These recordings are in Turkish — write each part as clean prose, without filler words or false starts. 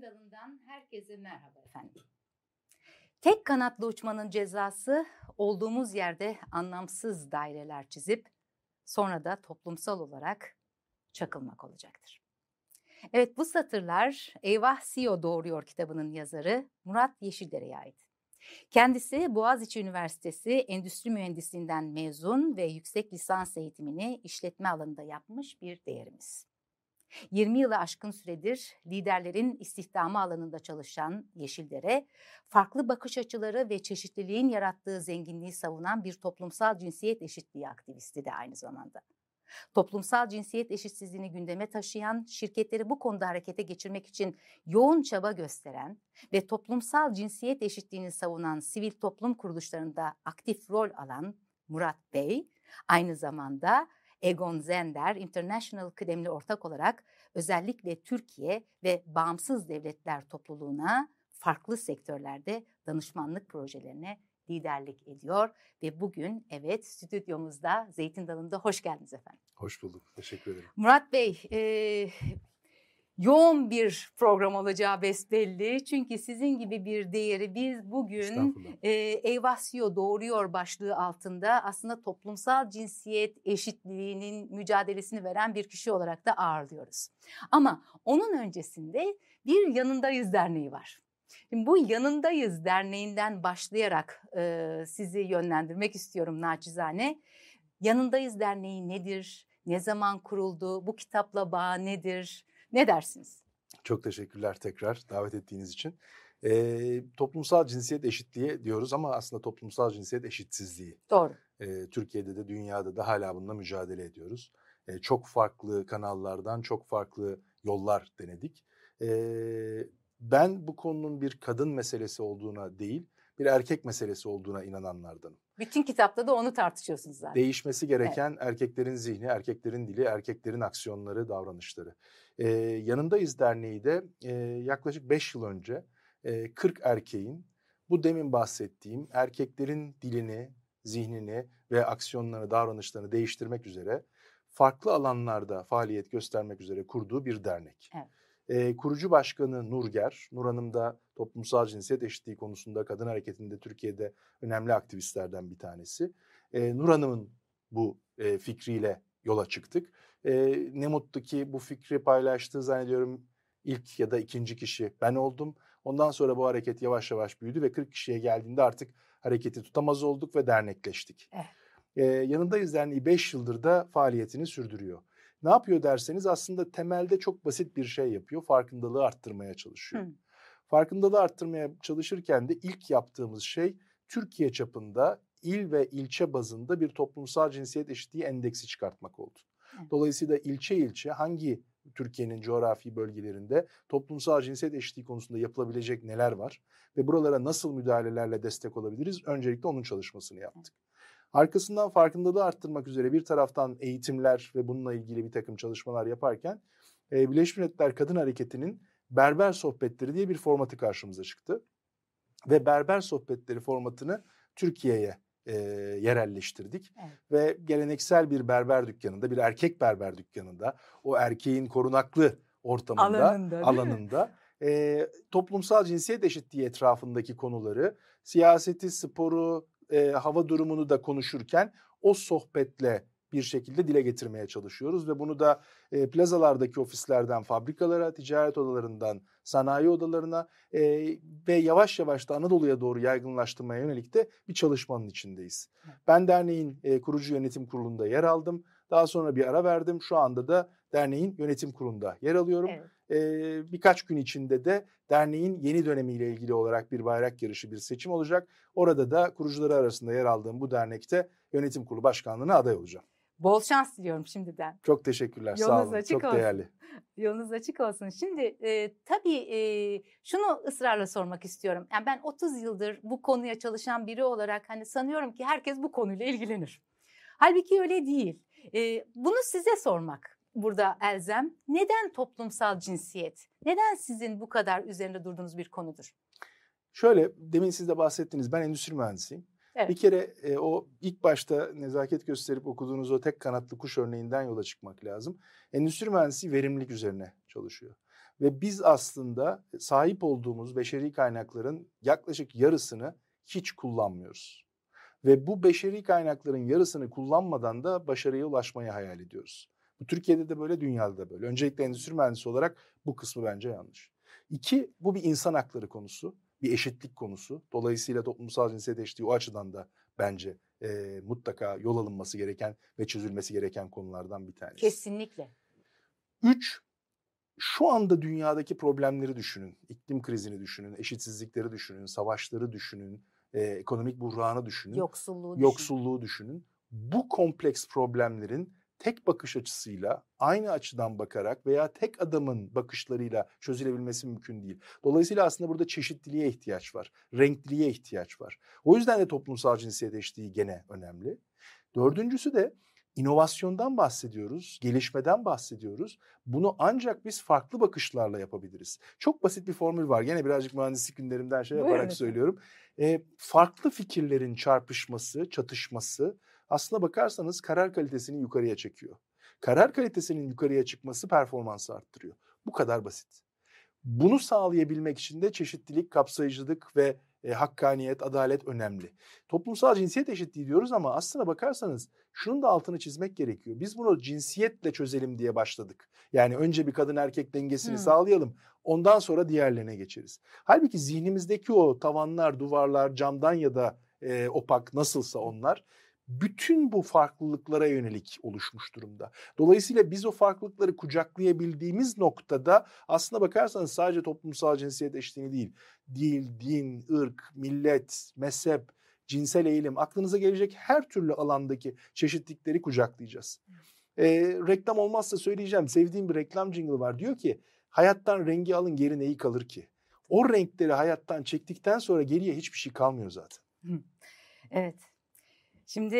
Zeytin Dalı'ndan herkese merhaba efendim. Tek kanatlı uçmanın cezası olduğumuz yerde anlamsız daireler çizip sonra da toplumsal olarak çakılmak olacaktır. Evet, bu satırlar Eyvah CEO Doğuruyor kitabının yazarı Murat Yeşildere'ye ait. Kendisi Boğaziçi Üniversitesi Endüstri Mühendisliğinden mezun ve yüksek lisans eğitimini işletme alanında yapmış bir değerimiz. 20 yılı aşkın süredir liderlerin istihdamı alanında çalışan Yeşildere, farklı bakış açıları ve çeşitliliğin yarattığı zenginliği savunan bir toplumsal cinsiyet eşitliği aktivisti de aynı zamanda. Toplumsal cinsiyet eşitsizliğini gündeme taşıyan, şirketleri bu konuda harekete geçirmek için yoğun çaba gösteren ve toplumsal cinsiyet eşitliğini savunan sivil toplum kuruluşlarında aktif rol alan Murat Bey, aynı zamanda Egon Zehnder International kıdemli ortak olarak özellikle Türkiye ve bağımsız devletler topluluğuna farklı sektörlerde danışmanlık projelerine liderlik ediyor ve bugün evet stüdyomuzda Zeytin Dalı'nda hoş geldiniz efendim. Hoş bulduk. Teşekkür ederim. Murat Bey, yoğun bir program olacağı besbelli. Çünkü sizin gibi bir değeri biz bugün Eyvah CEO Doğuruyor başlığı altında aslında toplumsal cinsiyet eşitliğinin mücadelesini veren bir kişi olarak da ağırlıyoruz. Ama onun öncesinde bir Yanındayız Derneği var. Şimdi bu Yanındayız Derneği'nden başlayarak sizi yönlendirmek istiyorum naçizane. Yanındayız Derneği nedir? Ne zaman kuruldu? Bu kitapla bağı nedir? Ne dersiniz? Çok teşekkürler tekrar davet ettiğiniz için. Toplumsal cinsiyet eşitliği diyoruz ama aslında toplumsal cinsiyet eşitsizliği. Doğru. Türkiye'de de dünyada da hala bununla mücadele ediyoruz. Çok farklı kanallardan çok farklı yollar denedik. Ben bu konunun bir kadın meselesi olduğuna değil, bir erkek meselesi olduğuna inananlardanım. Bütün kitapta da onu tartışıyorsunuz zaten. Değişmesi gereken erkeklerin zihni, erkeklerin dili, erkeklerin aksiyonları, davranışları. Yanındayız Derneği de yaklaşık 5 yıl önce 40 erkeğin bu demin bahsettiğim erkeklerin dilini, zihnini ve aksiyonlarını, davranışlarını değiştirmek üzere farklı alanlarda faaliyet göstermek üzere kurduğu bir dernek. Evet. Kurucu başkanı Nurger, Nur Hanım da toplumsal cinsiyet eşitliği konusunda kadın hareketinde Türkiye'de önemli aktivistlerden bir tanesi. Nur Hanım'ın bu fikriyle yola çıktık. Ne mutlu ki bu fikri paylaştığı zannediyorum ilk ya da ikinci kişi ben oldum. Ondan sonra bu hareket yavaş yavaş büyüdü ve 40 kişiye geldiğinde artık hareketi tutamaz olduk ve dernekleştik. Yanındayız Derneği 5 yıldır da faaliyetini sürdürüyor. Ne yapıyor derseniz aslında temelde çok basit bir şey yapıyor. Farkındalığı arttırmaya çalışıyor. Farkındalığı arttırmaya çalışırken de ilk yaptığımız şey Türkiye çapında il ve ilçe bazında bir toplumsal cinsiyet eşitliği endeksi çıkartmak oldu. Dolayısıyla ilçe ilçe hangi Türkiye'nin coğrafi bölgelerinde toplumsal cinsiyet eşitliği konusunda yapılabilecek neler var ve buralara nasıl müdahalelerle destek olabiliriz? Öncelikle onun çalışmasını yaptık. Arkasından farkındalığı arttırmak üzere bir taraftan eğitimler ve bununla ilgili bir takım çalışmalar yaparken Birleşmiş Milletler Kadın Hareketi'nin Berber Sohbetleri diye bir formatı karşımıza çıktı. Ve Berber Sohbetleri formatını Türkiye'ye yerelleştirdik. Evet. Ve geleneksel bir berber dükkanında, bir erkek berber dükkanında, o erkeğin korunaklı ortamında, alanında toplumsal cinsiyet eşitliği etrafındaki konuları, siyaseti, sporu, hava durumunu da konuşurken o sohbetle bir şekilde dile getirmeye çalışıyoruz ve bunu da plazalardaki ofislerden fabrikalara, ticaret odalarından sanayi odalarına ve yavaş yavaş da Anadolu'ya doğru yaygınlaştırmaya yönelik de bir çalışmanın içindeyiz. Ben derneğin kurucu yönetim kurulunda yer aldım. Daha sonra bir ara verdim. Şu anda da derneğin yönetim kurulunda yer alıyorum. Evet. Birkaç gün içinde de derneğin yeni dönemiyle ilgili olarak bir bayrak yarışı, bir seçim olacak. Orada da kurucuları arasında yer aldığım bu dernekte yönetim kurulu başkanlığına aday olacağım. Bol şans diliyorum şimdiden. Çok teşekkürler. Sağ olun. Çok değerli. Yolunuz açık olsun. Şimdi tabii şunu ısrarla sormak istiyorum. Yani ben 30 yıldır bu konuya çalışan biri olarak hani sanıyorum ki herkes bu konuyla ilgilenir. Halbuki öyle değil. Bunu size sormak burada elzem. Neden toplumsal cinsiyet? Neden sizin bu kadar üzerinde durduğunuz bir konudur? Şöyle, demin siz de bahsettiniz. Ben endüstri mühendisiyim. Evet. Bir kere o ilk başta nezaket gösterip okuduğunuz o tek kanatlı kuş örneğinden yola çıkmak lazım. Endüstri mühendisi verimlilik üzerine çalışıyor. Ve biz aslında sahip olduğumuz beşeri kaynakların yaklaşık yarısını hiç kullanmıyoruz. Ve bu beşeri kaynakların yarısını kullanmadan da başarıya ulaşmayı hayal ediyoruz. Bu Türkiye'de de böyle, dünyada da böyle. Öncelikle endüstri mühendisi olarak bu kısmı bence yanlış. 2, bu bir insan hakları konusu, bir eşitlik konusu. Dolayısıyla toplumsal cinsiyet eşitliği o açıdan da bence mutlaka yol alınması gereken ve çözülmesi gereken konulardan bir tanesi. Kesinlikle. 3, şu anda dünyadaki problemleri düşünün. İklim krizini düşünün, eşitsizlikleri düşünün, savaşları düşünün, ekonomik buhranı düşünün, yoksulluğu düşünün. Bu kompleks problemlerin tek bakış açısıyla, aynı açıdan bakarak veya tek adamın bakışlarıyla çözülebilmesi mümkün değil. Dolayısıyla aslında burada çeşitliliğe ihtiyaç var, renkliliğe ihtiyaç var. O yüzden de toplumsal cinsiyet eşitliği gene önemli. Dördüncüsü de inovasyondan bahsediyoruz, gelişmeden bahsediyoruz. Bunu ancak biz farklı bakışlarla yapabiliriz. Çok basit bir formül var. Gene birazcık mühendislik günlerimden yaparak söylüyorum. Farklı fikirlerin çarpışması, çatışması aslına bakarsanız karar kalitesini yukarıya çekiyor. Karar kalitesinin yukarıya çıkması performansı arttırıyor. Bu kadar basit. Bunu sağlayabilmek için de çeşitlilik, kapsayıcılık ve hakkaniyet, adalet önemli. Toplumsal cinsiyet eşitliği diyoruz ama aslına bakarsanız şunun da altını çizmek gerekiyor. Biz bunu cinsiyetle çözelim diye başladık. Yani önce bir kadın erkek dengesini sağlayalım, ondan sonra diğerlerine geçeriz. Halbuki zihnimizdeki o tavanlar, duvarlar, camdan ya da opak nasılsa onlar bütün bu farklılıklara yönelik oluşmuş durumda. Dolayısıyla biz o farklılıkları kucaklayabildiğimiz noktada aslına bakarsanız sadece toplumsal cinsiyet eşitliği değil, dil, din, ırk, millet, mezhep, cinsel eğilim, aklınıza gelecek her türlü alandaki çeşitlilikleri kucaklayacağız. Reklam olmazsa söyleyeceğim, sevdiğim bir reklam jingle var. Diyor ki, hayattan rengi alın, geri neyi kalır ki? O renkleri hayattan çektikten sonra geriye hiçbir şey kalmıyor zaten. Evet. Şimdi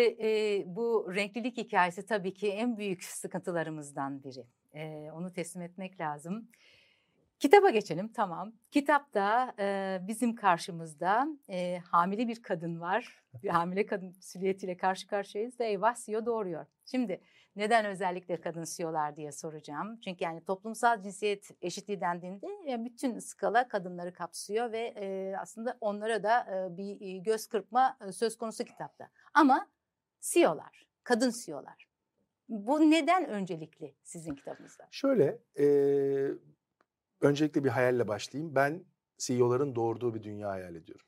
bu renklilik hikayesi tabii ki en büyük sıkıntılarımızdan biri. Onu teslim etmek lazım. Kitaba geçelim, tamam. Kitapta bizim karşımızda hamile bir kadın var. Bir hamile kadın silüetiyle karşı karşıyayız da eyvah CEO doğuruyor. Şimdi neden özellikle kadın CEO'lar diye soracağım. Çünkü yani toplumsal cinsiyet eşitliği dendiğinde bütün skala kadınları kapsıyor ve aslında onlara da bir göz kırpma söz konusu kitapta. Ama CEO'lar, kadın CEO'lar. Bu neden öncelikli sizin kitabınızda? Şöyle, öncelikle bir hayalle başlayayım. Ben CEO'ların doğurduğu bir dünya hayal ediyorum.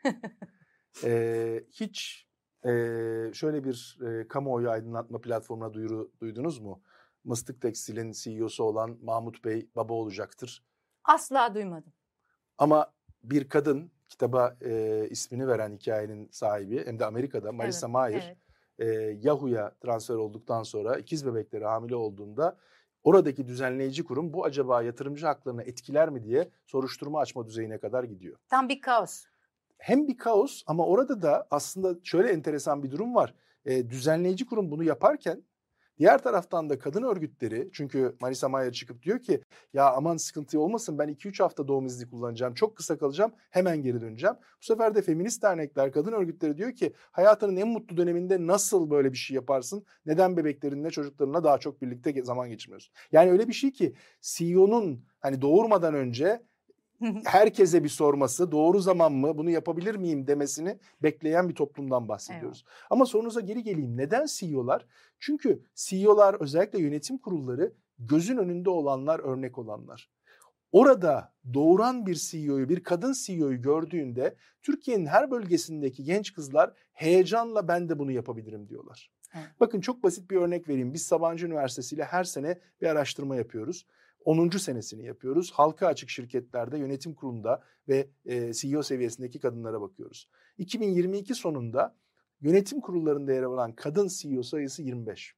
Hiç şöyle bir kamuoyu aydınlatma platformuna duyuru duydunuz mu? Mıstık Tekstil'in CEO'su olan Mahmut Bey baba olacaktır. Asla duymadım. Ama bir kadın, kitaba ismini veren hikayenin sahibi, hem de Amerika'da, Marissa Mayer, Yahoo'ya transfer olduktan sonra ikiz bebekleri hamile olduğunda oradaki düzenleyici kurum bu acaba yatırımcı haklarını etkiler mi diye soruşturma açma düzeyine kadar gidiyor. Tam bir kaos. Hem bir kaos ama orada da aslında şöyle enteresan bir durum var. Düzenleyici kurum bunu yaparken diğer taraftan da kadın örgütleri, çünkü Marissa Mayer çıkıp diyor ki ya aman sıkıntı olmasın, ben 2-3 hafta doğum izni kullanacağım, çok kısa kalacağım, hemen geri döneceğim. Bu sefer de feminist dernekler, kadın örgütleri diyor ki hayatının en mutlu döneminde nasıl böyle bir şey yaparsın? Neden bebeklerinle, çocuklarına daha çok birlikte zaman geçirmiyorsun? Yani öyle bir şey ki CEO'nun hani doğurmadan önce herkese bir sorması, doğru zaman mı, bunu yapabilir miyim demesini bekleyen bir toplumdan bahsediyoruz. Evet. Ama sorunuza geri geleyim. Neden CEO'lar? Çünkü CEO'lar, özellikle yönetim kurulları, gözün önünde olanlar, örnek olanlar. Orada doğuran bir CEO'yu, bir kadın CEO'yu gördüğünde Türkiye'nin her bölgesindeki genç kızlar heyecanla ben de bunu yapabilirim diyorlar. Evet. Bakın çok basit bir örnek vereyim. Biz Sabancı Üniversitesi ile her sene bir araştırma yapıyoruz. 10. senesini yapıyoruz. Halka açık şirketlerde, yönetim kurulunda ve CEO seviyesindeki kadınlara bakıyoruz. 2022 sonunda yönetim kurullarında yer alan kadın CEO sayısı 25.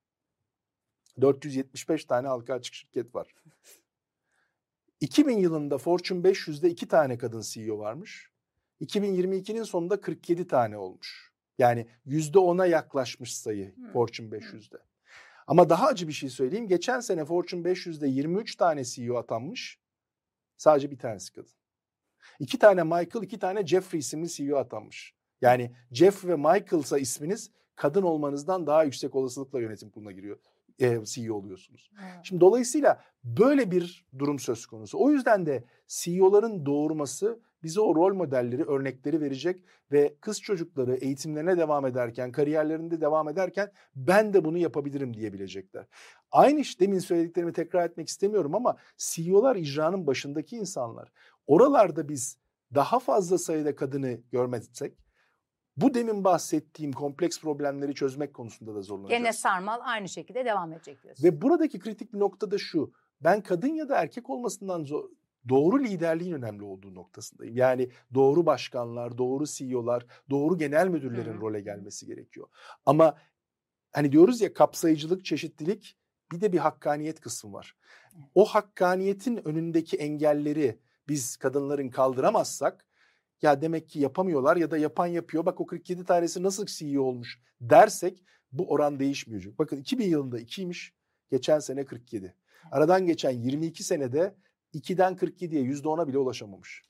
475 tane halka açık şirket var. 2000 yılında Fortune 500'de 2 tane kadın CEO varmış. 2022'nin sonunda 47 tane olmuş. Yani %10'a yaklaşmış sayı Fortune 500'de. Ama daha acı bir şey söyleyeyim. Geçen sene Fortune 500'de 23 tane CEO atanmış. Sadece bir tanesi kadın. 2 tane Michael, 2 tane Jeffrey isimli CEO atanmış. Yani Jeff ve Michael'sa isminiz, kadın olmanızdan daha yüksek olasılıkla yönetim kuruluna CEO oluyorsunuz. Evet. Şimdi dolayısıyla böyle bir durum söz konusu. O yüzden de CEO'ların doğurması bize o rol modelleri, örnekleri verecek ve kız çocukları eğitimlerine devam ederken, kariyerlerinde devam ederken ben de bunu yapabilirim diyebilecekler. Aynı demin söylediklerimi tekrar etmek istemiyorum ama CEO'lar icranın başındaki insanlar. Oralarda biz daha fazla sayıda kadını görmezsek bu demin bahsettiğim kompleks problemleri çözmek konusunda da zorlanacağız. Gene sarmal aynı şekilde devam edecek diyorsun. Ve buradaki kritik bir nokta da şu. Ben kadın ya da erkek olmasından doğru liderliğin önemli olduğu noktasındayım. Yani doğru başkanlar, doğru CEO'lar, doğru genel müdürlerin role gelmesi gerekiyor. Ama hani diyoruz ya kapsayıcılık, çeşitlilik, bir de bir hakkaniyet kısmı var. O hakkaniyetin önündeki engelleri biz kadınların kaldıramazsak ya demek ki yapamıyorlar ya da yapan yapıyor. Bak o 47 tanesi nasıl CEO olmuş dersek bu oran değişmeyecek. Bakın 2000 yılında 2'ymiş, geçen sene 47. Aradan geçen 22 senede 2'den 47'ye %10'a bile ulaşamamış.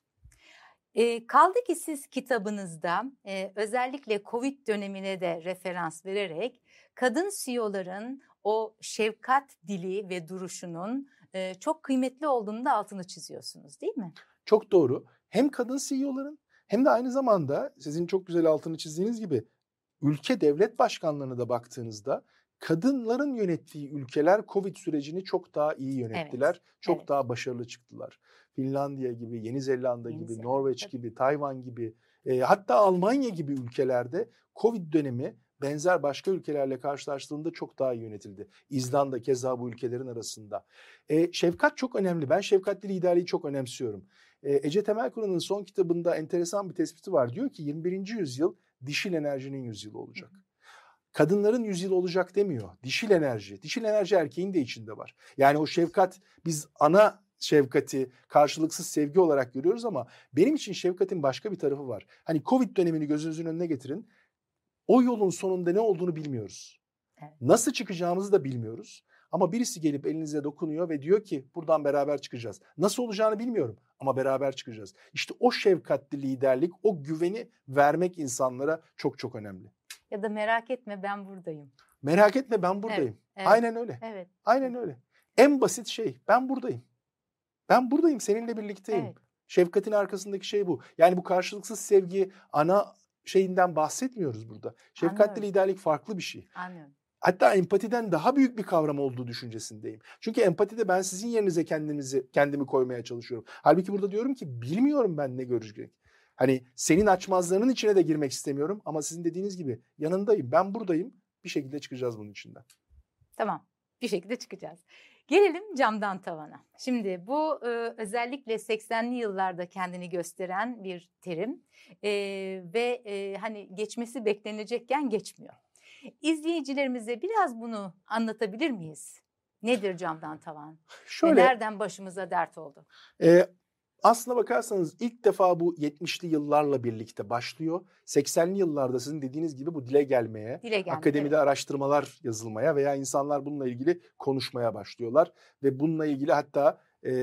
Kaldı ki siz kitabınızda özellikle Covid dönemine de referans vererek kadın CEO'ların o şefkat dili ve duruşunun çok kıymetli olduğunu da altını çiziyorsunuz, değil mi? Çok doğru. Hem kadın CEO'ların hem de aynı zamanda sizin çok güzel altını çizdiğiniz gibi ülke devlet başkanlarına da baktığınızda kadınların yönettiği ülkeler Covid sürecini çok daha iyi yönettiler. Çok daha başarılı çıktılar. Finlandiya gibi, Yeni Zelanda gibi, Norveç gibi, Tayvan gibi, hatta Almanya gibi ülkelerde Covid dönemi benzer başka ülkelerle karşılaştığında çok daha iyi yönetildi. İzlanda keza bu ülkelerin arasında. Şefkat çok önemli. Ben şefkatli liderliği çok önemsiyorum. Ece Temelkur'un son kitabında enteresan bir tespiti var. Diyor ki 21. yüzyıl dişil enerjinin yüzyılı olacak. Kadınların yüzyılı olacak demiyor. Dişil enerji. Dişil enerji erkeğin de içinde var. Yani o şefkat, biz ana şefkati karşılıksız sevgi olarak görüyoruz ama benim için şefkatin başka bir tarafı var. Hani Covid dönemini gözünüzün önüne getirin. O yolun sonunda ne olduğunu bilmiyoruz. Evet. Nasıl çıkacağımızı da bilmiyoruz. Ama birisi gelip elinize dokunuyor ve diyor ki buradan beraber çıkacağız. Nasıl olacağını bilmiyorum ama beraber çıkacağız. İşte o şefkatli liderlik, o güveni vermek insanlara çok çok önemli. Ya da merak etme ben buradayım. Merak etme ben buradayım. Evet. Aynen öyle. Evet. Aynen öyle. En basit şey ben buradayım. Ben buradayım, seninle birlikteyim. Evet. Şefkatin arkasındaki şey bu. Yani bu karşılıksız sevgi ana şeyinden bahsetmiyoruz burada. Şefkatli Anlıyorum. liderlik farklı bir şey. Anlıyorum. Hatta empatiden daha büyük bir kavram olduğu düşüncesindeyim. Çünkü empatide ben sizin yerinize kendimi koymaya çalışıyorum. Halbuki burada diyorum ki bilmiyorum ben ne görecek. Hani senin açmazlarının içine de girmek istemiyorum ama sizin dediğiniz gibi yanındayım. Ben buradayım. Bir şekilde çıkacağız bunun içinden. Tamam. Bir şekilde çıkacağız. Gelelim camdan tavana. Şimdi bu özellikle 80'li yıllarda kendini gösteren bir terim ve hani geçmesi beklenecekken geçmiyor. İzleyicilerimize biraz bunu anlatabilir miyiz? Nedir camdan tavan? Ve nereden başımıza dert oldu? Aslına bakarsanız ilk defa bu 70'li yıllarla birlikte başlıyor. 80'li yıllarda sizin dediğiniz gibi bu dile gelmeye, akademide araştırmalar yazılmaya veya insanlar bununla ilgili konuşmaya başlıyorlar. Ve bununla ilgili hatta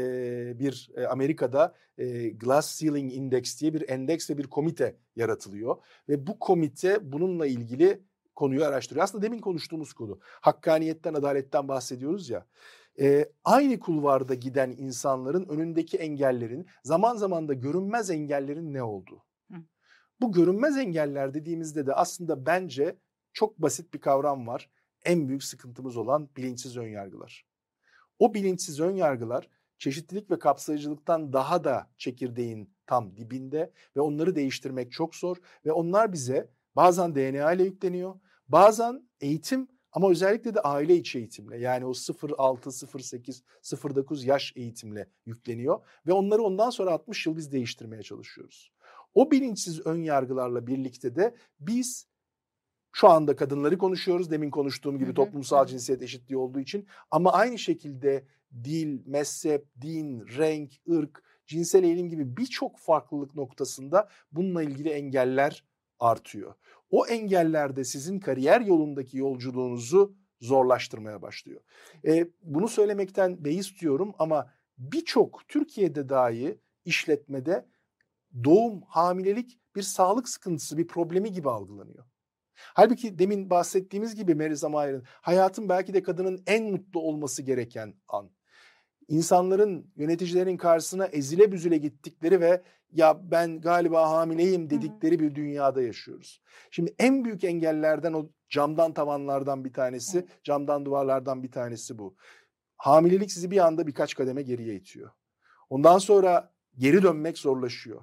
Amerika'da Glass Ceiling Index diye bir endeks ve bir komite yaratılıyor. Ve bu komite bununla ilgili konuyu araştırıyor. Aslında demin konuştuğumuz konu. Hakkaniyetten, adaletten bahsediyoruz ya. Aynı kulvarda giden insanların önündeki engellerin, zaman zaman da görünmez engellerin ne olduğu. Bu görünmez engeller dediğimizde de aslında bence çok basit bir kavram var. En büyük sıkıntımız olan bilinçsiz önyargılar. O bilinçsiz önyargılar çeşitlilik ve kapsayıcılıktan daha da çekirdeğin tam dibinde ve onları değiştirmek çok zor ve onlar bize bazen DNA ile yükleniyor, bazen eğitim ama özellikle de aile içi eğitimle, yani o 0-6, 0-8, 0-9 yaş eğitimle yükleniyor ve onları ondan sonra 60 yıl biz değiştirmeye çalışıyoruz. O bilinçsiz ön yargılarla birlikte de biz şu anda kadınları konuşuyoruz, demin konuştuğum gibi toplumsal cinsiyet eşitliği olduğu için, ama aynı şekilde dil, mezhep, din, renk, ırk, cinsel eğilim gibi birçok farklılık noktasında bununla ilgili engeller artıyor. O engeller de sizin kariyer yolundaki yolculuğunuzu zorlaştırmaya başlıyor. Bunu söylemekten beis diyorum ama birçok Türkiye'de dahi işletmede doğum, hamilelik bir sağlık sıkıntısı, bir problemi gibi algılanıyor. Halbuki demin bahsettiğimiz gibi Marisa Mayer'in hayatın belki de kadının en mutlu olması gereken an. İnsanların, yöneticilerin karşısına ezile büzüle gittikleri ve ya ben galiba hamileyim dedikleri bir dünyada yaşıyoruz. Şimdi en büyük engellerden o camdan tavanlardan bir tanesi, camdan duvarlardan bir tanesi bu. Hamilelik sizi bir anda birkaç kademe geriye itiyor. Ondan sonra geri dönmek zorlaşıyor.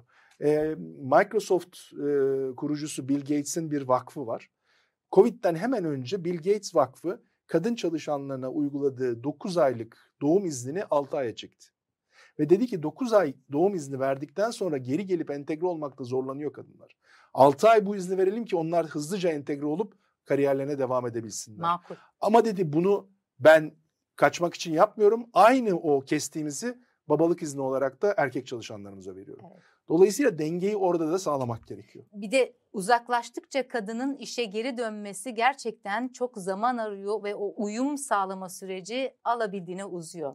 Microsoft kurucusu Bill Gates'in bir vakfı var. Covid'den hemen önce Bill Gates Vakfı kadın çalışanlarına uyguladığı 9 aylık doğum iznini 6 aya çekti. Ve dedi ki 9 ay doğum izni verdikten sonra geri gelip entegre olmakta zorlanıyor kadınlar. 6 ay bu izni verelim ki onlar hızlıca entegre olup kariyerlerine devam edebilsinler. Makul. Ama dedi bunu ben kaçmak için yapmıyorum. Aynı o kestiğimizi babalık izni olarak da erkek çalışanlarımıza veriyorum. Evet. Dolayısıyla dengeyi orada da sağlamak gerekiyor. Bir de uzaklaştıkça kadının işe geri dönmesi gerçekten çok zaman arıyor ve o uyum sağlama süreci alabildiğine uzuyor.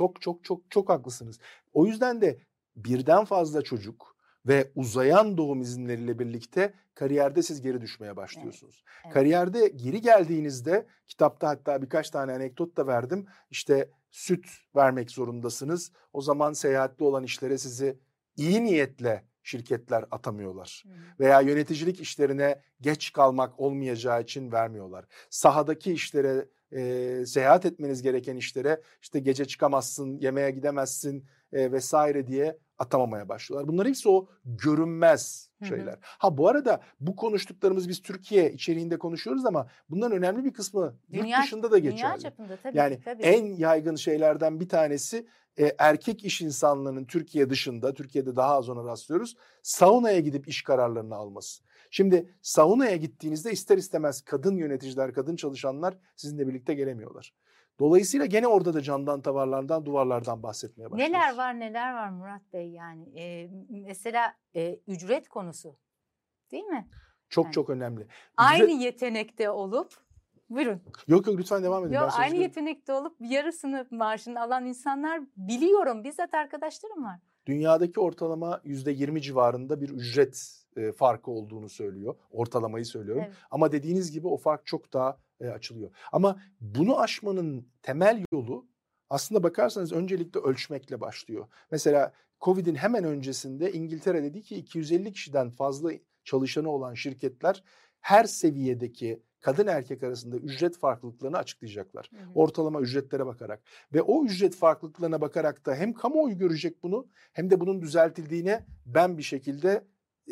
Çok haklısınız. O yüzden de birden fazla çocuk ve uzayan doğum izinleriyle birlikte kariyerde siz geri düşmeye başlıyorsunuz. Evet. Kariyerde geri geldiğinizde kitapta hatta birkaç tane anekdot da verdim. İşte süt vermek zorundasınız. O zaman seyahatli olan işlere sizi iyi niyetle şirketler atamıyorlar. Veya yöneticilik işlerine geç kalmak olmayacağı için vermiyorlar. Sahadaki işlere, seyahat etmeniz gereken işlere işte gece çıkamazsın, yemeğe gidemezsin vesaire diye atamamaya başlıyorlar. Bunlar hepsi o görünmez şeyler. Ha bu arada bu konuştuklarımız biz Türkiye içeriğinde konuşuyoruz ama bunların önemli bir kısmı yurt dışında da geçerli. Dünya çapında tabii. Yani en yaygın şeylerden bir tanesi erkek iş insanlarının Türkiye dışında, Türkiye'de daha az ona rastlıyoruz, saunaya gidip iş kararlarını alması. Şimdi saunaya gittiğinizde ister istemez kadın yöneticiler, kadın çalışanlar sizinle birlikte gelemiyorlar. Dolayısıyla gene orada da camdan tavanlardan, duvarlardan bahsetmeye başlıyoruz. Neler var Murat Bey yani. Mesela ücret konusu değil mi? Çok önemli. Aynı yetenekte olup, buyurun. Yok lütfen devam edin. Yok, aynı yetenekte olup yarısını maaşını alan insanlar biliyorum. Bizzat arkadaşlarım var. Dünyadaki ortalama %20 civarında bir ücret farkı olduğunu söylüyor. Ortalamayı söylüyorum. Evet. Ama dediğiniz gibi o fark çok daha açılıyor. Ama bunu aşmanın temel yolu aslında bakarsanız öncelikle ölçmekle başlıyor. Mesela Covid'in hemen öncesinde İngiltere dedi ki 250 kişiden fazla çalışanı olan şirketler her seviyedeki kadın erkek arasında ücret farklılıklarını açıklayacaklar. Ortalama ücretlere bakarak. Ve o ücret farklılıklarına bakarak da hem kamuoyu görecek bunu hem de bunun düzeltildiğine ben bir şekilde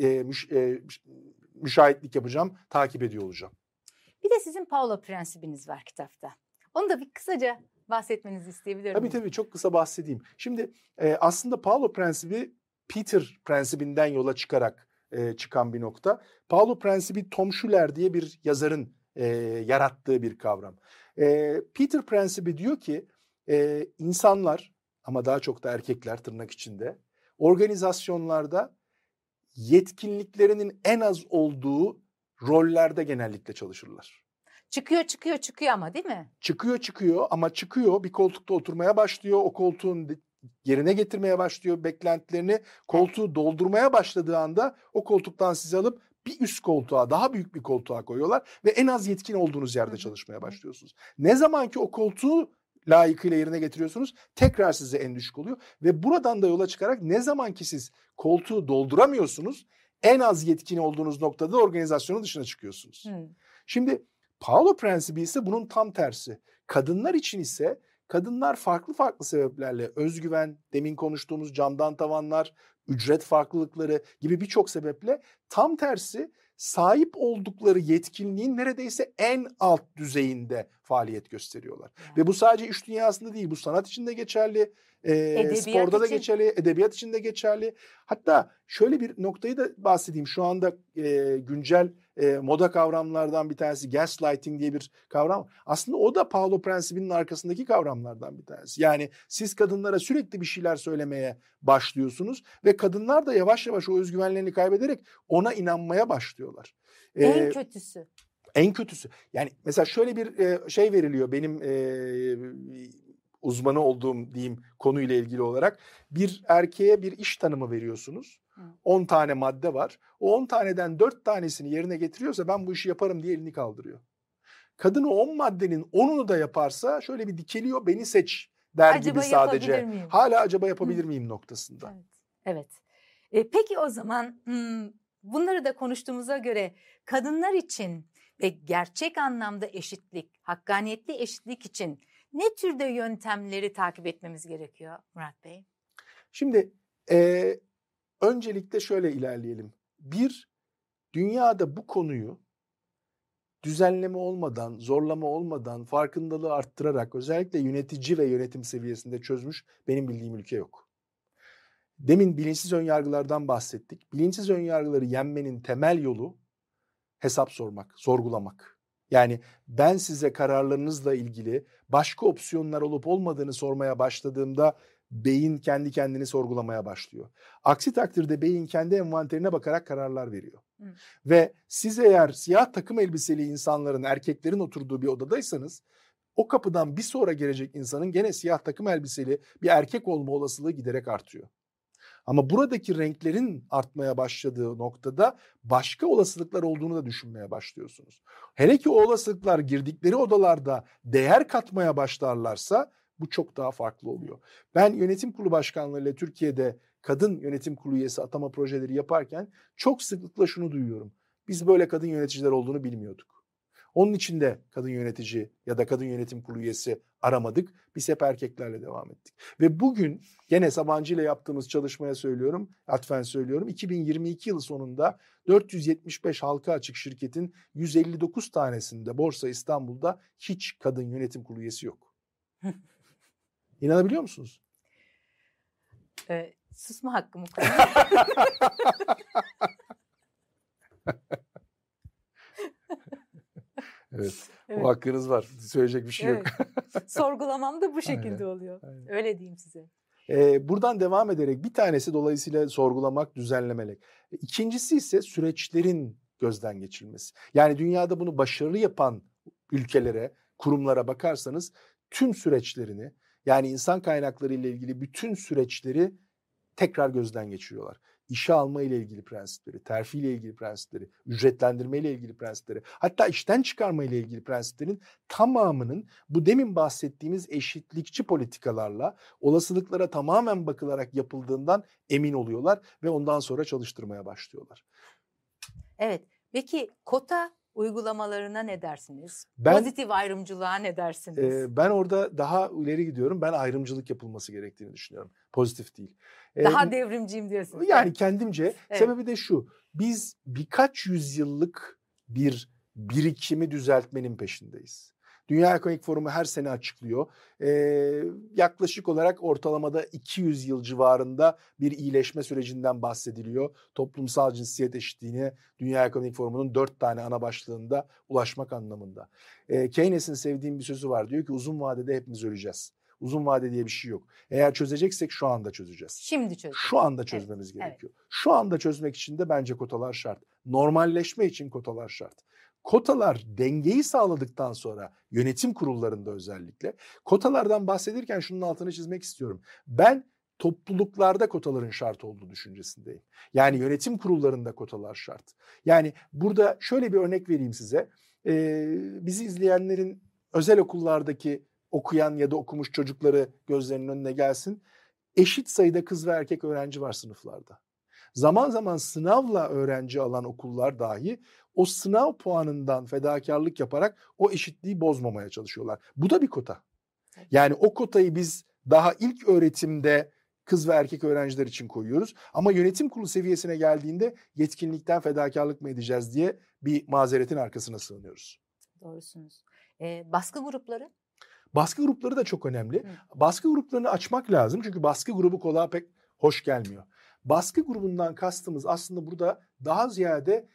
müşahitlik yapacağım, takip ediyor olacağım. Bir de sizin Paolo prensibiniz var kitapta. Onu da bir kısaca bahsetmenizi isteyebilirim. Tabii çok kısa bahsedeyim. Şimdi aslında Paolo prensibi Peter prensibinden yola çıkarak çıkan bir nokta. Paolo prensibi Tom Schuller diye bir yazarın yarattığı bir kavram. Peter prensibi diyor ki insanlar ama daha çok da erkekler tırnak içinde organizasyonlarda yetkinliklerinin en az olduğu rollerde genellikle çalışırlar. Çıkıyor ama değil mi? Çıkıyor bir koltukta oturmaya başlıyor. O koltuğun yerine getirmeye başlıyor beklentilerini. Koltuğu doldurmaya başladığı anda o koltuktan sizi alıp bir üst koltuğa, daha büyük bir koltuğa koyuyorlar ve en az yetkin olduğunuz yerde çalışmaya başlıyorsunuz. Ne zaman ki o koltuğu layıkıyla yerine getiriyorsunuz, tekrar size en düşük oluyor ve buradan da yola çıkarak ne zaman ki siz koltuğu dolduramıyorsunuz, en az yetkin olduğunuz noktada organizasyonun dışına çıkıyorsunuz. Şimdi Paolo prensibi ise bunun tam tersi. Kadınlar için ise kadınlar farklı sebeplerle özgüven, demin konuştuğumuz camdan tavanlar, ücret farklılıkları gibi birçok sebeple tam tersi sahip oldukları yetkinliğin neredeyse en alt düzeyinde faaliyet gösteriyorlar. Yani. Ve bu sadece iş dünyasında değil, bu sanat için de geçerli, sporda da geçerli, edebiyat için de geçerli. Hatta şöyle bir noktayı da bahsedeyim. Şu anda güncel moda kavramlardan bir tanesi gaslighting diye bir kavram. Aslında o da Paolo prensibinin arkasındaki kavramlardan bir tanesi. Yani siz kadınlara sürekli bir şeyler söylemeye başlıyorsunuz ve kadınlar da yavaş yavaş o özgüvenlerini kaybederek ona inanmaya başlıyorlar. En kötüsü. Yani mesela şöyle bir şey veriliyor benim uzmanı olduğum diyeyim konuyla ilgili olarak bir erkeğe bir iş tanımı veriyorsunuz. 10 tane madde var. O 10 taneden 4 tanesini yerine getiriyorsa ben bu işi yaparım diye elini kaldırıyor. Kadın o 10 maddenin 10'unu da yaparsa şöyle bir dikeliyor, beni seç der Acaba gibi sadece. yapabilir miyim? Hala acaba yapabilir miyim noktasında. Evet. Peki o zaman bunları da konuştuğumuza göre kadınlar için ve gerçek anlamda eşitlik, hakkaniyetli eşitlik için ne türde yöntemleri takip etmemiz gerekiyor Murat Bey? Şimdi öncelikle şöyle ilerleyelim. Bir, dünyada bu konuyu düzenleme olmadan, zorlama olmadan, farkındalığı arttırarak özellikle yönetici ve yönetim seviyesinde çözmüş benim bildiğim ülke yok. Demin bilinçsiz önyargılardan bahsettik. Bilinçsiz önyargıları yenmenin temel yolu hesap sormak, sorgulamak. Yani ben size kararlarınızla ilgili başka opsiyonlar olup olmadığını sormaya başladığımda beyin kendi kendini sorgulamaya başlıyor. Aksi takdirde beyin kendi envanterine bakarak kararlar veriyor. Ve siz eğer siyah takım elbiseli insanların, erkeklerin oturduğu bir odadaysanız o kapıdan bir sonra gelecek insanın gene siyah takım elbiseli bir erkek olma olasılığı giderek artıyor. Ama buradaki renklerin artmaya başladığı noktada başka olasılıklar olduğunu da düşünmeye başlıyorsunuz. Hele ki o olasılıklar girdikleri odalarda değer katmaya başlarlarsa bu çok daha farklı oluyor. Ben yönetim kurulu başkanlarıyla Türkiye'de kadın yönetim kurulu üyesi atama projeleri yaparken çok sıklıkla şunu duyuyorum. Biz böyle kadın yöneticiler olduğunu bilmiyorduk. Onun için de kadın yönetici ya da kadın yönetim kurulu üyesi aramadık. Biz hep erkeklerle devam ettik. Ve bugün gene Sabancı ile yaptığımız çalışmaya söylüyorum, atfen söylüyorum. 2022 yılı sonunda 475 halka açık şirketin 159 tanesinde Borsa İstanbul'da hiç kadın yönetim kurulu üyesi yok. İnanabiliyor musunuz? Susma hakkımı kullanıyorum. Evet. O hakkınız var. Söyleyecek bir şey yok. Sorgulamam da bu şekilde Aynen. oluyor. Aynen. Öyle diyeyim size. Buradan devam ederek bir tanesi dolayısıyla sorgulamak, düzenlemek. İkincisi ise süreçlerin gözden geçirilmesi. Yani dünyada bunu başarılı yapan ülkelere, kurumlara bakarsanız tüm süreçlerini, yani insan kaynakları ile ilgili bütün süreçleri tekrar gözden geçiriyorlar. İşe alma ile ilgili prensipleri, terfi ile ilgili prensipleri, ücretlendirme ile ilgili prensipleri, hatta işten çıkarma ile ilgili prensiplerin tamamının bu demin bahsettiğimiz eşitlikçi politikalarla olasılıklara tamamen bakılarak yapıldığından emin oluyorlar ve ondan sonra çalıştırmaya başlıyorlar. Evet. Peki kota uygulamalarına ne dersiniz? Pozitif ayrımcılığa ne dersiniz? Ben orada daha ileri gidiyorum. Ben ayrımcılık yapılması gerektiğini düşünüyorum. Pozitif değil. Daha devrimciyim diyorsunuz. Yani kendimce. Evet. Sebebi de şu. Biz birkaç yüzyıllık bir birikimi düzeltmenin peşindeyiz. Dünya Ekonomik Forumu her sene açıklıyor. Yaklaşık olarak ortalamada 200 yıl civarında bir iyileşme sürecinden bahsediliyor. Toplumsal cinsiyet eşitliğine Dünya Ekonomik Forumu'nun 4 tane ana başlığında ulaşmak anlamında. Keynes'in sevdiğim bir sözü var. Diyor ki uzun vadede hepimiz öleceğiz. Uzun vade diye bir şey yok. Eğer çözeceksek şu anda çözeceğiz. Şimdi çözeceğiz. Şu anda çözmemiz gerekiyor. Evet. Şu anda çözmek için de bence kotalar şart. Normalleşme için kotalar şart. Kotalar dengeyi sağladıktan sonra yönetim kurullarında özellikle kotalardan bahsedirken şunun altını çizmek istiyorum. Ben topluluklarda kotaların şart olduğu düşüncesindeyim. Yani yönetim kurullarında kotalar şart. Yani burada şöyle bir örnek vereyim size. Bizi izleyenlerin özel okullardaki okuyan ya da okumuş çocukları gözlerinin önüne gelsin. Eşit sayıda kız ve erkek öğrenci var sınıflarda. Zaman zaman sınavla öğrenci alan okullar dahi o sınav puanından fedakarlık yaparak o eşitliği bozmamaya çalışıyorlar. Bu da bir kota. Yani o kotayı biz daha ilk öğretimde kız ve erkek öğrenciler için koyuyoruz. Ama yönetim kurulu seviyesine geldiğinde yetkinlikten fedakarlık mı edeceğiz diye bir mazeretin arkasına sığınıyoruz. Doğrusunuz. Baskı grupları? Baskı grupları da çok önemli. Baskı gruplarını açmak lazım. Çünkü baskı grubu kulağa pek hoş gelmiyor. Baskı grubundan kastımız aslında burada daha ziyade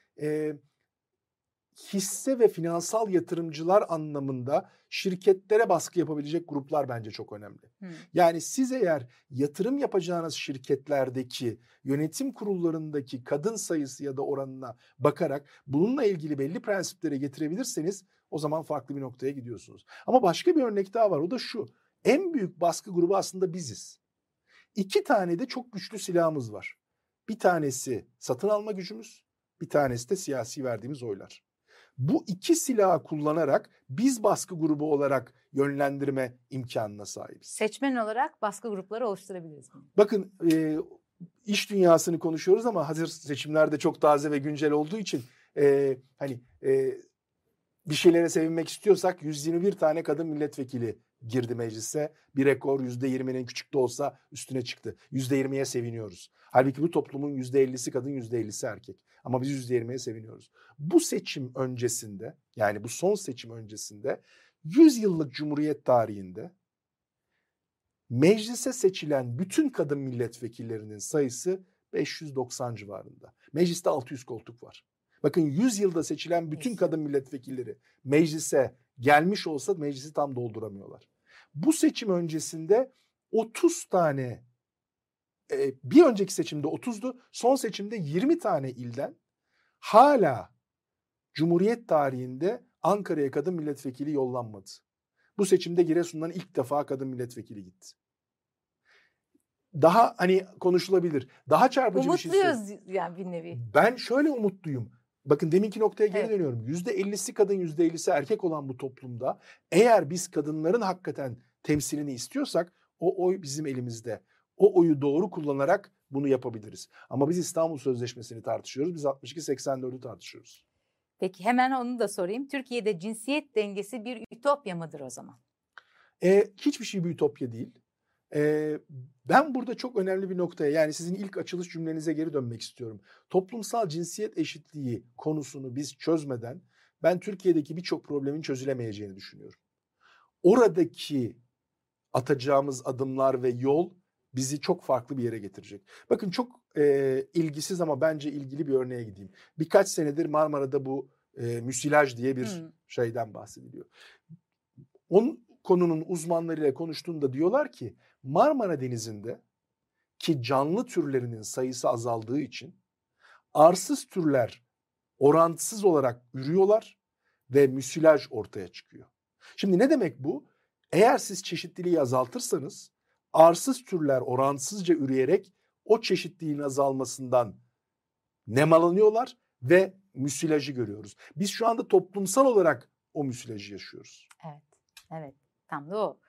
hisse ve finansal yatırımcılar anlamında şirketlere baskı yapabilecek gruplar bence çok önemli. Yani siz eğer yatırım yapacağınız şirketlerdeki yönetim kurullarındaki kadın sayısı ya da oranına bakarak bununla ilgili belli prensiplere getirebilirseniz o zaman farklı bir noktaya gidiyorsunuz. Ama başka bir örnek daha var, o da şu. En büyük baskı grubu aslında biziz. 2 tane de çok güçlü silahımız var. Bir tanesi satın alma gücümüz, bir tanesi de siyasi verdiğimiz oylar. Bu 2 silahı kullanarak biz baskı grubu olarak yönlendirme imkanına sahibiz. Seçmen olarak baskı grupları oluşturabiliriz. Bakın iş dünyasını konuşuyoruz ama hazır seçimlerde çok taze ve güncel olduğu için bir şeylere sevinmek istiyorsak 121 tane kadın milletvekili girdi meclise. Bir rekor, %20'nin küçük de olsa üstüne çıktı. %20'ye seviniyoruz. Halbuki bu toplumun %50'si kadın, %50'si erkek. Ama biz %20'ye seviniyoruz. Bu seçim öncesinde, yani bu son seçim öncesinde 100 yıllık Cumhuriyet tarihinde meclise seçilen bütün kadın milletvekillerinin sayısı 590 civarında. Mecliste 600 koltuk var. Bakın 100 yılda seçilen bütün kadın milletvekilleri meclise gelmiş olsa meclisi tam dolduramıyorlar. Bu seçim öncesinde 30 tane, bir önceki seçimde 30'du, son seçimde 20 tane ilden hala Cumhuriyet tarihinde Ankara'ya kadın milletvekili yollanmadı. Bu seçimde Giresun'dan ilk defa kadın milletvekili gitti. Daha konuşulabilir. Daha çarpıcı bir şey söyleyeyim. Umutluyuz yani bir nevi. Ben şöyle umutluyum. Bakın deminki noktaya geri dönüyorum. %50'si kadın, %50'si erkek olan bu toplumda eğer biz kadınların hakikaten temsilini istiyorsak o oy bizim elimizde. O oyu doğru kullanarak bunu yapabiliriz. Ama biz İstanbul Sözleşmesi'ni tartışıyoruz. Biz 62-84'ü tartışıyoruz. Peki hemen onu da sorayım. Türkiye'de cinsiyet dengesi bir ütopya mıdır o zaman? Hiçbir şey bir ütopya değil. Ben burada çok önemli bir noktaya, yani sizin ilk açılış cümlenize geri dönmek istiyorum. Toplumsal cinsiyet eşitliği konusunu biz çözmeden ben Türkiye'deki birçok problemin çözülemeyeceğini düşünüyorum. Oradaki atacağımız adımlar ve yol bizi çok farklı bir yere getirecek. Bakın çok ilgisiz ama bence ilgili bir örneğe gideyim. Birkaç senedir Marmara'da bu müsilaj diye bir şeyden bahsediliyor. Onun konunun uzmanlarıyla konuştuğunda diyorlar ki Marmara Denizi'nde ki canlı türlerinin sayısı azaldığı için arsız türler orantısız olarak ürüyorlar ve müsilaj ortaya çıkıyor. Şimdi ne demek bu? Eğer siz çeşitliliği azaltırsanız arsız türler orantısızca üreyerek o çeşitliliğin azalmasından nemalanıyorlar ve müsilajı görüyoruz. Biz şu anda toplumsal olarak o müsilajı yaşıyoruz. Evet, tam da o.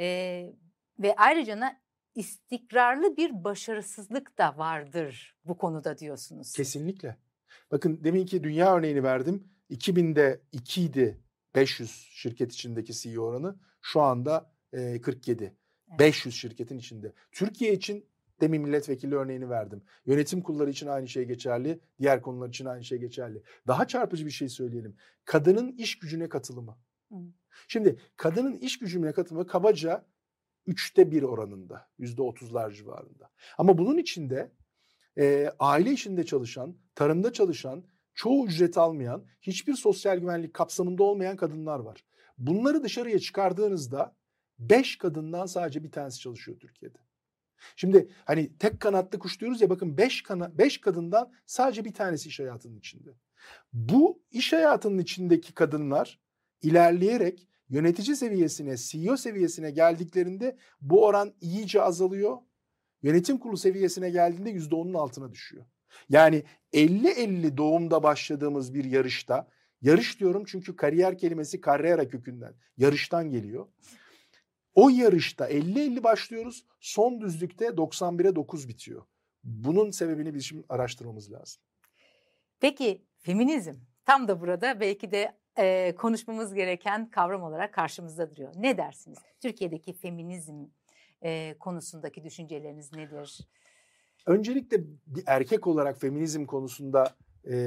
Ve ayrıca istikrarlı bir başarısızlık da vardır bu konuda diyorsunuz. Kesinlikle. Bakın deminki dünya örneğini verdim. 2000'de 2 idi 500 şirket içindeki CEO oranı. Şu anda 47. Evet. 500 şirketin içinde. Türkiye için demin milletvekili örneğini verdim. Yönetim kurulları için aynı şey geçerli. Diğer konular için aynı şey geçerli. Daha çarpıcı bir şey söyleyelim. Kadının iş gücüne katılımı. Şimdi kadının iş gücüne katılımı kabaca 3'te 1 oranında. %30'lar civarında. Ama bunun içinde aile işinde çalışan, tarımda çalışan, çoğu ücret almayan, hiçbir sosyal güvenlik kapsamında olmayan kadınlar var. Bunları dışarıya çıkardığınızda 5 kadından sadece bir tanesi çalışıyor Türkiye'de. Şimdi tek kanatlı kuş diyoruz ya, bakın 5 kadından sadece bir tanesi iş hayatının içinde. Bu iş hayatının içindeki kadınlar ilerleyerek yönetici seviyesine, CEO seviyesine geldiklerinde bu oran iyice azalıyor. Yönetim kurulu seviyesine geldiğinde %10'un altına düşüyor. Yani 50-50 doğumda başladığımız bir yarışta, yarış diyorum çünkü kariyer kelimesi carrera kökünden, yarıştan geliyor. O yarışta 50-50 başlıyoruz, son düzlükte 91'e 9 bitiyor. Bunun sebebini biz şimdi araştırmamız lazım. Peki feminizm tam da burada belki de konuşmamız gereken kavram olarak karşımızda duruyor. Ne dersiniz? Türkiye'deki feminizm konusundaki düşünceleriniz nedir? Öncelikle bir erkek olarak feminizm konusunda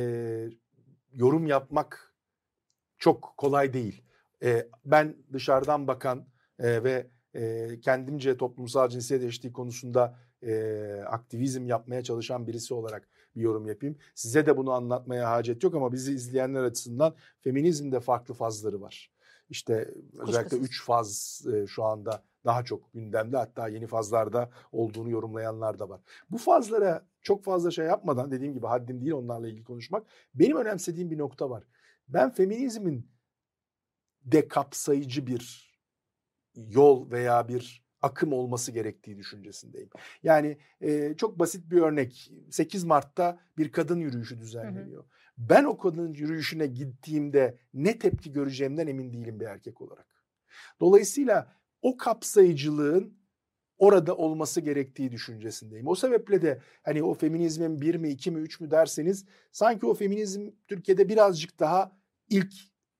yorum yapmak çok kolay değil. Ben dışarıdan bakan ve kendimce toplumsal cinsiyet eşitliği konusunda aktivizm yapmaya çalışan birisi olarak bir yorum yapayım. Size de bunu anlatmaya hacet yok ama bizi izleyenler açısından feminizmde farklı fazları var. İşte özellikle 3 faz şu anda daha çok gündemde, hatta yeni fazlarda olduğunu yorumlayanlar da var. Bu fazlara çok fazla şey yapmadan, dediğim gibi haddim değil onlarla ilgili konuşmak, benim önemsediğim bir nokta var. Ben feminizmin de kapsayıcı bir yol veya bir akım olması gerektiği düşüncesindeyim. Yani çok basit bir örnek. 8 Mart'ta bir kadın yürüyüşü düzenleniyor. Ben o kadın yürüyüşüne gittiğimde ne tepki göreceğimden emin değilim bir erkek olarak. Dolayısıyla o kapsayıcılığın orada olması gerektiği düşüncesindeyim. O sebeple de hani o feminizmin 1 mi 2 mi 3 mü derseniz sanki o feminizm Türkiye'de birazcık daha ilk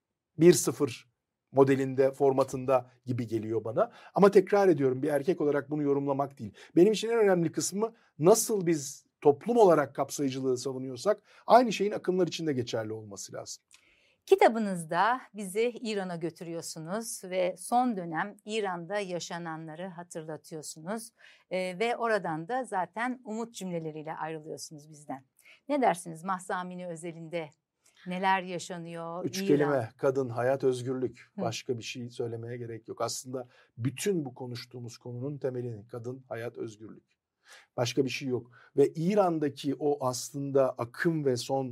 1-0 modelinde, formatında gibi geliyor bana. Ama tekrar ediyorum, bir erkek olarak bunu yorumlamak değil. Benim için en önemli kısmı nasıl biz toplum olarak kapsayıcılığı savunuyorsak aynı şeyin akımlar için de geçerli olması lazım. Kitabınızda bizi İran'a götürüyorsunuz ve son dönem İran'da yaşananları hatırlatıyorsunuz ve oradan da zaten umut cümleleriyle ayrılıyorsunuz bizden. Ne dersiniz Mahsa Amini özelinde neler yaşanıyor? 3 İran. kelime: kadın, hayat, özgürlük. Başka bir şey söylemeye gerek yok. Aslında bütün bu konuştuğumuz konunun temeli kadın, hayat, özgürlük. Başka bir şey yok. Ve İran'daki o aslında akım ve son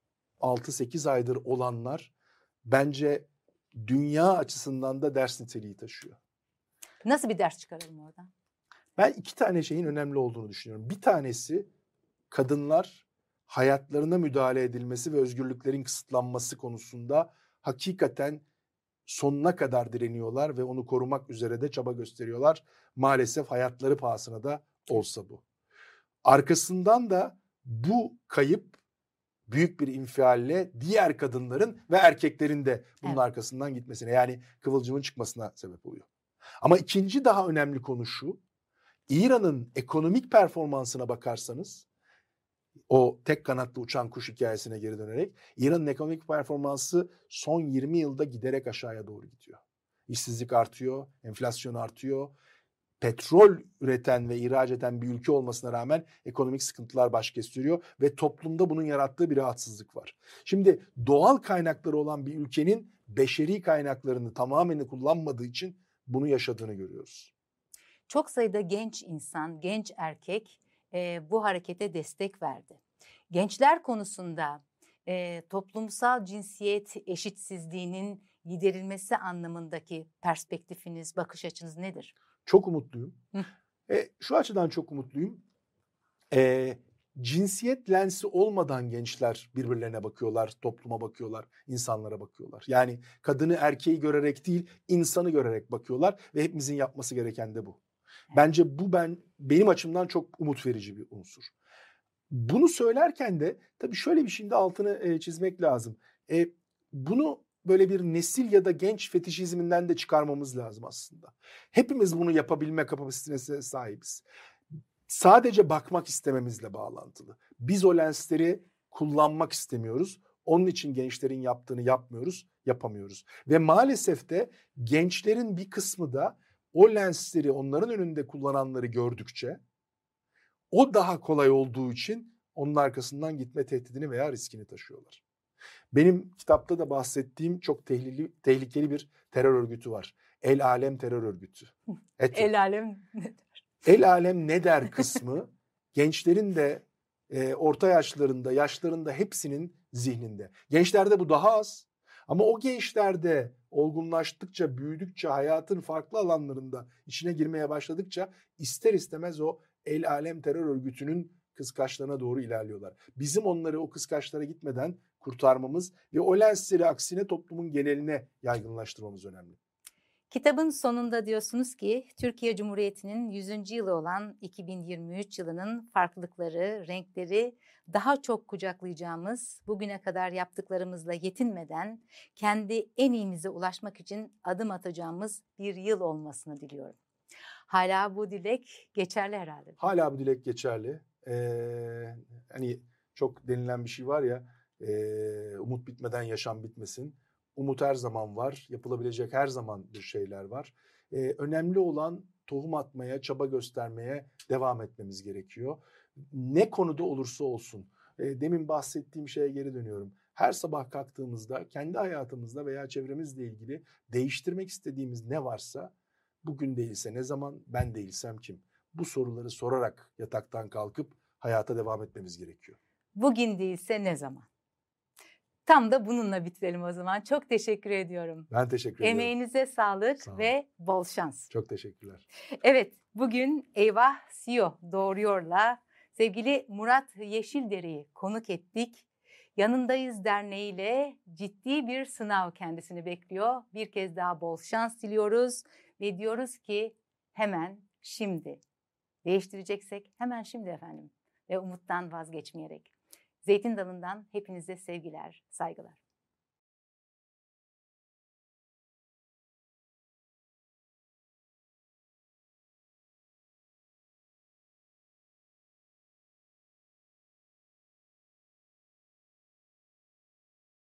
6-8 aydır olanlar bence dünya açısından da ders niteliği taşıyor. Nasıl bir ders çıkaralım oradan? Ben 2 tane şeyin önemli olduğunu düşünüyorum. Bir tanesi, kadınlar hayatlarına müdahale edilmesi ve özgürlüklerin kısıtlanması konusunda hakikaten sonuna kadar direniyorlar ve onu korumak üzere de çaba gösteriyorlar. Maalesef hayatları pahasına da olsa bu. Arkasından da bu kayıp büyük bir infialle diğer kadınların ve erkeklerin de bunun arkasından gitmesine, yani kıvılcımın çıkmasına sebep oluyor. Ama ikinci daha önemli konu şu: İran'ın ekonomik performansına bakarsanız, o tek kanatlı uçan kuş hikayesine geri dönerek, İran'ın ekonomik performansı son 20 yılda giderek aşağıya doğru gidiyor. İşsizlik artıyor, enflasyon artıyor. Petrol üreten ve ihraç eden bir ülke olmasına rağmen ekonomik sıkıntılar baş gösteriyor ve toplumda bunun yarattığı bir rahatsızlık var. Şimdi doğal kaynakları olan bir ülkenin beşeri kaynaklarını tamamen kullanmadığı için bunu yaşadığını görüyoruz. Çok sayıda genç insan, genç erkek bu harekete destek verdi. Gençler konusunda toplumsal cinsiyet eşitsizliğinin giderilmesi anlamındaki perspektifiniz, bakış açınız nedir? Çok umutluyum. Şu açıdan çok umutluyum. Cinsiyet lensi olmadan gençler birbirlerine bakıyorlar, topluma bakıyorlar, insanlara bakıyorlar. Yani kadını erkeği görerek değil, insanı görerek bakıyorlar ve hepimizin yapması gereken de bu. Bence bu benim açımdan çok umut verici bir unsur. Bunu söylerken de tabii şöyle bir şeyin de altını çizmek lazım. Bunu böyle bir nesil ya da genç fetişizminden de çıkarmamız lazım aslında. Hepimiz bunu yapabilme kapasitesine sahibiz. Sadece bakmak istememizle bağlantılı. Biz o lensleri kullanmak istemiyoruz. Onun için gençlerin yaptığını yapmıyoruz, yapamıyoruz. Ve maalesef de gençlerin bir kısmı da o lensleri onların önünde kullananları gördükçe, o daha kolay olduğu için onun arkasından gitme tehdidini veya riskini taşıyorlar. Benim kitapta da bahsettiğim çok tehlikeli bir terör örgütü var. El Alem terör örgütü. El Alem ne der? El Alem ne der kısmı gençlerin de orta yaşlarında hepsinin zihninde. Gençlerde bu daha az. Ama o gençlerde olgunlaştıkça, büyüdükçe, hayatın farklı alanlarında içine girmeye başladıkça ister istemez o El Alem terör örgütünün kıskaçlarına doğru ilerliyorlar. Bizim onları o kıskaçlara gitmeden kurtarmamız ve o lensleri aksine toplumun geneline yaygınlaştırmamız önemli. Kitabın sonunda diyorsunuz ki Türkiye Cumhuriyeti'nin 100. yılı olan 2023 yılının farklılıkları, renkleri daha çok kucaklayacağımız, bugüne kadar yaptıklarımızla yetinmeden kendi en iyimize ulaşmak için adım atacağımız bir yıl olmasını diliyorum. Hala bu dilek geçerli herhalde. Hala bu dilek geçerli. Hani çok denilen bir şey var ya, umut bitmeden yaşam bitmesin. Umut her zaman var. Yapılabilecek her zaman bir şeyler var. Önemli olan tohum atmaya, çaba göstermeye devam etmemiz gerekiyor. Ne konuda olursa olsun. Demin bahsettiğim şeye geri dönüyorum. Her sabah kalktığımızda kendi hayatımızda veya çevremizle ilgili değiştirmek istediğimiz ne varsa, bugün değilse ne zaman, ben değilsem kim? Bu soruları sorarak yataktan kalkıp hayata devam etmemiz gerekiyor. Bugün değilse ne zaman? Tam da bununla bitirelim o zaman. Çok teşekkür ediyorum. Ben teşekkür ediyorum. Emeğinize sağlık Sağ olun. ve bol şans. Çok teşekkürler. Evet, bugün Eyvah CEO Doğruyor'la sevgili Murat Yeşildere'yi konuk ettik. Yanındayız Derneği ile ciddi bir sınav kendisini bekliyor. Bir kez daha bol şans diliyoruz ve diyoruz ki hemen şimdi. Değiştireceksek hemen şimdi efendim ve umuttan vazgeçmeyerek. Zeytin Dalı'ndan hepinize sevgiler, saygılar.